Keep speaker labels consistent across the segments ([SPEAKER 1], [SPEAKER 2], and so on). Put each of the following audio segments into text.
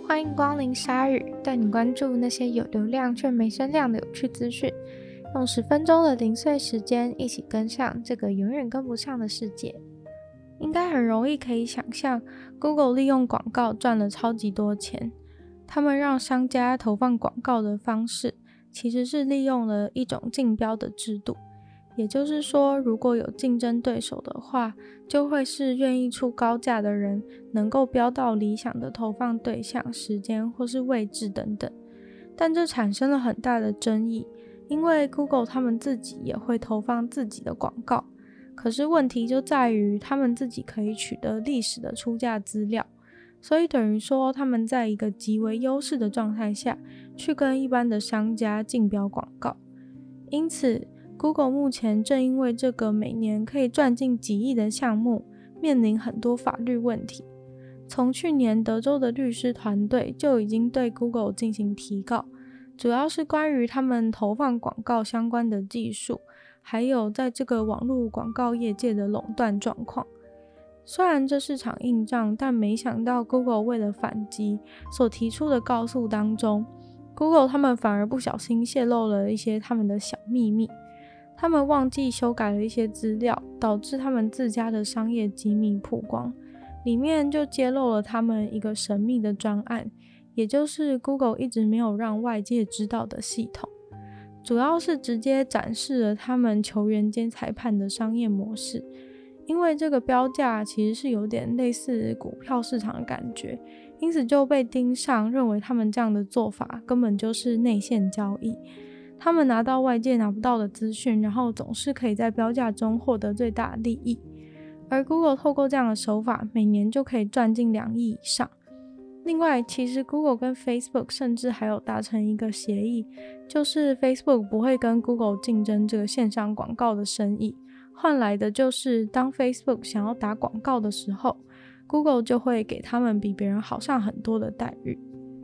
[SPEAKER 1] 欢迎光临鲨鱼，带你关注那些有流量却没声量的有趣资讯。用10分钟的零碎时间，一起跟上这个永远跟不上的世界。应该很容易可以想象 ，Google 利用广告赚了超级多钱。他们让商家投放广告的方式，其实是利用了一种竞标的制度。也就是说，如果有竞争对手的话，就会是愿意出高价的人能够标到理想的投放对象、时间或是位置等等。但这产生了很大的争议，因为 Google 他们自己也会投放自己的广告，可是问题就在于他们自己可以取得历史的出价资料，所以等于说他们在一个极为优势的状态下去跟一般的商家竞标广告。因此Google 目前正因为这个每年可以赚进几亿的项目，面临很多法律问题。从去年德州的律师团队就已经对 Google 进行提告，主要是关于他们投放广告相关的技术，还有在这个网络广告业界的垄断状况。虽然这是场硬仗，但没想到 Google 为了反击所提出的告诉当中， Google 他们反而不小心泄露了一些他们的小秘密。他们忘记修改了一些资料，导致他们自家的商业机密曝光，里面就揭露了他们一个神秘的专案，也就是 Google 一直没有让外界知道的系统，主要是直接展示了他们球员兼裁判的商业模式。因为这个标价其实是有点类似股票市场的感觉，因此就被盯上，认为他们这样的做法根本就是内线交易。他们拿到外界拿不到的资讯，然后总是可以在标价中获得最大的利益。而 Google 透过这样的手法，每年就可以赚进2亿以上。另外，其实 Google 跟 Facebook 甚至还有达成一个协议，就是 Facebook 不会跟 Google 竞争这个线上广告的生意，换来的就是当 Facebook 想要打广告的时候， Google 就会给他们比别人好上很多的待遇。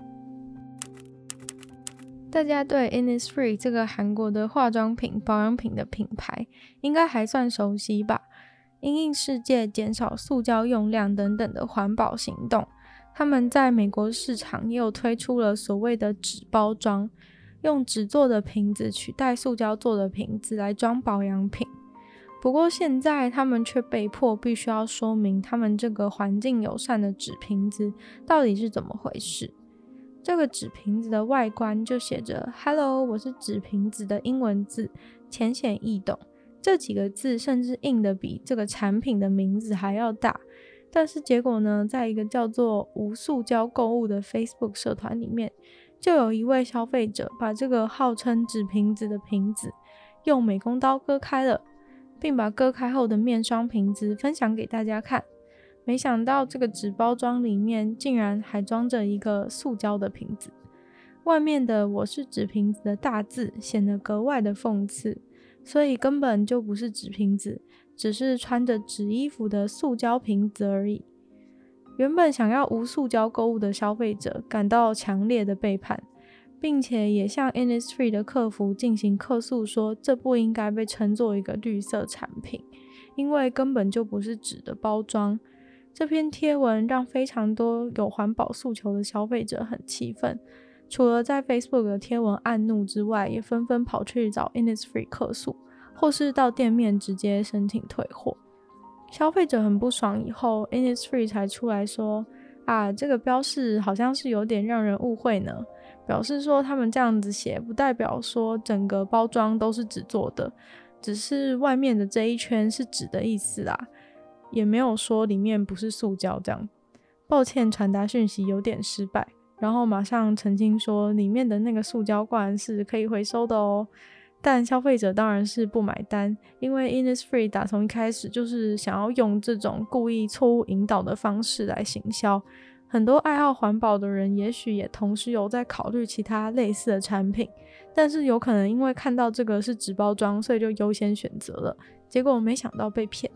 [SPEAKER 1] 大家对 Innisfree 这个韩国的化妆品、保养品的品牌应该还算熟悉吧？因应世界减少塑胶用量等等的环保行动，他们在美国市场也有推出了所谓的纸包装，用纸做的瓶子取代塑胶做的瓶子来装保养品。不过现在他们却被迫必须要说明他们这个环境友善的纸瓶子到底是怎么回事。这个纸瓶子的外观就写着 Hello 我是纸瓶子的英文字，浅显易懂，这几个字甚至印的比这个产品的名字还要大。但是结果呢，在一个叫做无塑胶购物的 Facebook 社团里面，就有一位消费者把这个号称纸瓶子的瓶子用美工刀割开了，并把割开后的面霜瓶子分享给大家看。没想到这个纸包装里面竟然还装着一个塑胶的瓶子，外面的我是纸瓶子的大字显得格外的讽刺，所以根本就不是纸瓶子，只是穿着纸衣服的塑胶瓶子而已。原本想要无塑胶购物的消费者感到强烈的背叛，并且也向 Innisfree 的客服进行客诉，说这不应该被称作一个绿色产品，因为根本就不是纸的包装。这篇贴文让非常多有环保诉求的消费者很气愤，除了在 Facebook 的贴文按怒之外，也纷纷跑去找 Innisfree 客诉，或是到店面直接申请退货。消费者很不爽以后， Innisfree 才出来说这个标示好像是有点让人误会呢，表示说他们这样子写不代表说整个包装都是纸做的，只是外面的这一圈是纸的意思啦，也没有说里面不是塑胶这样。抱歉传达讯息有点失败，然后马上澄清说里面的那个塑胶罐是可以回收的哦。但消费者当然是不买单，因为 Innisfree 打从一开始就是想要用这种故意错误引导的方式来行销。很多爱好环保的人也许也同时有在考虑其他类似的产品，但是有可能因为看到这个是纸包装，所以就优先选择了，结果没想到被骗。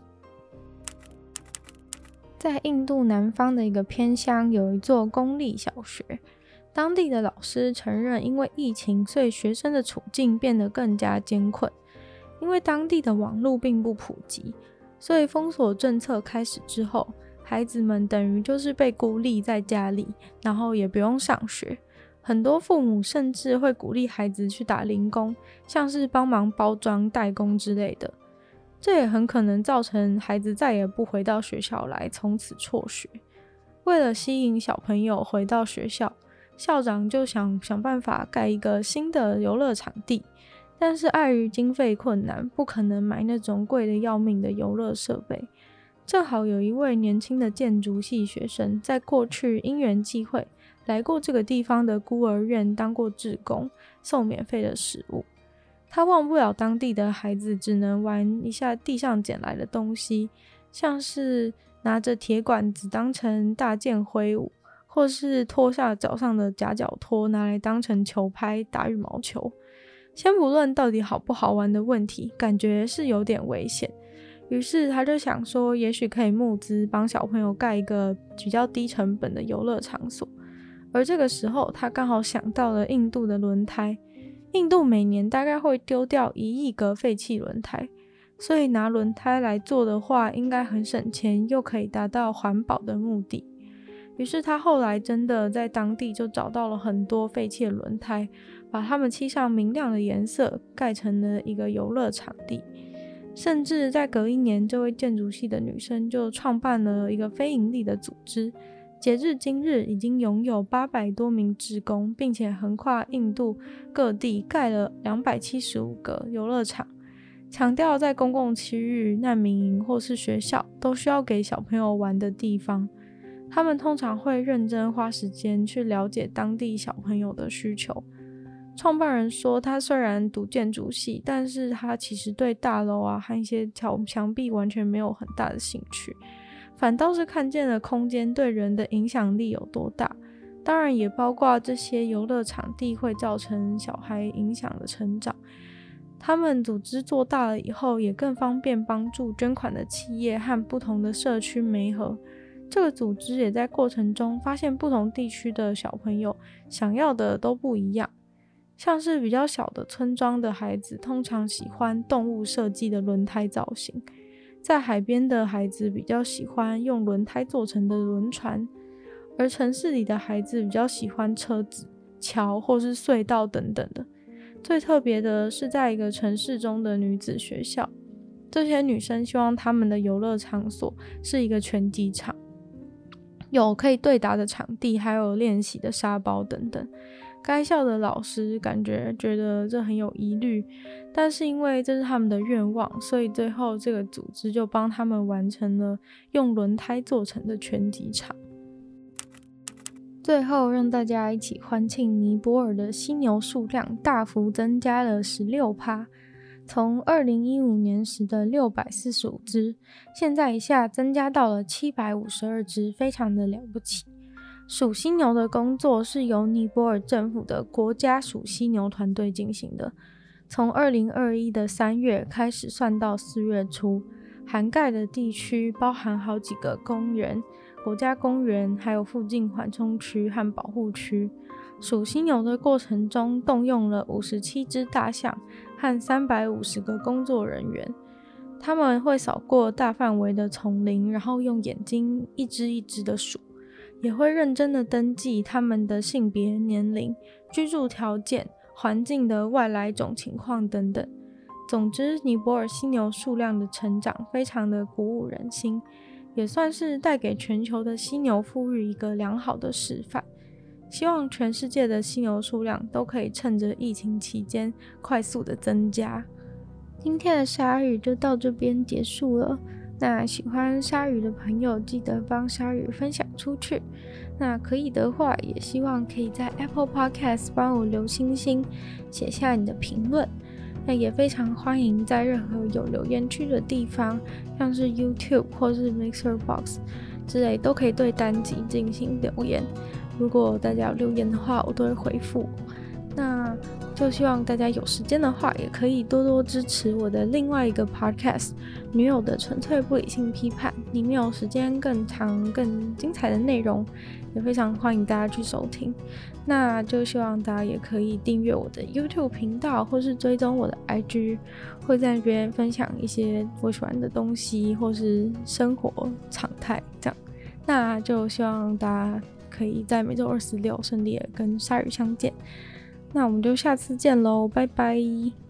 [SPEAKER 1] 在印度南方的一个偏乡有一座公立小学，当地的老师承认因为疫情，所以学生的处境变得更加艰困。因为当地的网络并不普及，所以封锁政策开始之后， 孩子们等于就是被孤立在家里，然后也不用上学。很多父母甚至会鼓励孩子去打零工，像是帮忙包装、代工之类的。这也很可能造成孩子再也不回到学校来，从此辍学。为了吸引小朋友回到学校，校长就想办法盖一个新的游乐场地，但是碍于经费困难，不可能买那种贵得要命的游乐设备。正好有一位年轻的建筑系学生，在过去因缘际会来过这个地方的孤儿院当过志工，送免费的食物。他忘不了当地的孩子只能玩一下地上捡来的东西，像是拿着铁管子当成大剑挥舞，或是脱下脚上的夹脚拖拿来当成球拍打羽毛球。先不论到底好不好玩的问题，感觉是有点危险。于是他就想说，也许可以募资帮小朋友盖一个比较低成本的游乐场所。而这个时候他刚好想到了印度的轮胎。印度每年大概会丢掉1亿个废弃轮胎，所以拿轮胎来做的话应该很省钱，又可以达到环保的目的。于是他后来真的在当地就找到了很多废弃的轮胎，把它们漆上明亮的颜色，盖成了一个游乐场地。甚至在隔1年，这位建筑系的女生就创办了一个非营利的组织，截至今日已经拥有800多名志工，并且横跨印度各地盖了275个游乐场，强调在公共区域、难民营或是学校都需要给小朋友玩的地方。他们通常会认真花时间去了解当地小朋友的需求。创办人说，他虽然读建筑系，但是他其实对大楼和一些墙壁完全没有很大的兴趣，反倒是看见了空间对人的影响力有多大，当然也包括这些游乐场地会造成小孩影响的成长。他们组织做大了以后，也更方便帮助捐款的企业和不同的社区媒合。这个组织也在过程中发现不同地区的小朋友想要的都不一样，像是比较小的村庄的孩子通常喜欢动物设计的轮胎造型，在海边的孩子比较喜欢用轮胎做成的轮船，而城市里的孩子比较喜欢车子、桥或是隧道等等的。最特别的是，在一个城市中的女子学校，这些女生希望他们的游乐场所是一个拳击场，有可以对打的场地，还有练习的沙包等等。该校的老师觉得这很有疑虑，但是因为这是他们的愿望，所以最后这个组织就帮他们完成了用轮胎做成的拳击场。最后让大家一起欢庆尼泊尔的犀牛数量大幅增加了 16%， 从2015年时的645只，现在一下增加到了752只，非常的了不起。属犀牛的工作是由尼泊尔政府的国家属犀牛团队进行的，从2021的3月开始算到4月初，涵盖的地区包含好几个公园、国家公园，还有附近缓冲区和保护区。属犀牛的过程中动用了57只大象和350个工作人员，他们会扫过大范围的丛林，然后用眼睛一只一只的数，也会认真的登记他们的性别、年龄、居住条件、环境的外来种情况等等。总之，尼泊尔犀牛数量的成长非常的鼓舞人心，也算是带给全球的犀牛富裕一个良好的示范。希望全世界的犀牛数量都可以趁着疫情期间快速的增加。今天的鲨鱼就到这边结束了。那喜欢鲨鱼的朋友记得帮鲨鱼分享出去，那可以的话也希望可以在 Apple Podcast 帮我留星星，写下你的评论。那也非常欢迎在任何有留言区的地方，像是 YouTube 或是 Mixer Box 之类，都可以对单集进行留言。如果大家有留言的话，我都会回复。那就希望大家有时间的话，也可以多多支持我的另外一个 podcast 女友的纯粹不理性批判，里面有时间更长更精彩的内容，也非常欢迎大家去收听。那就希望大家也可以订阅我的 YouTube 频道，或是追踪我的 IG， 会在那边分享一些我喜欢的东西或是生活常态这样。 那就希望大家可以在每周26顺利的跟鲨鱼相见。那我们就下次见喽，拜拜。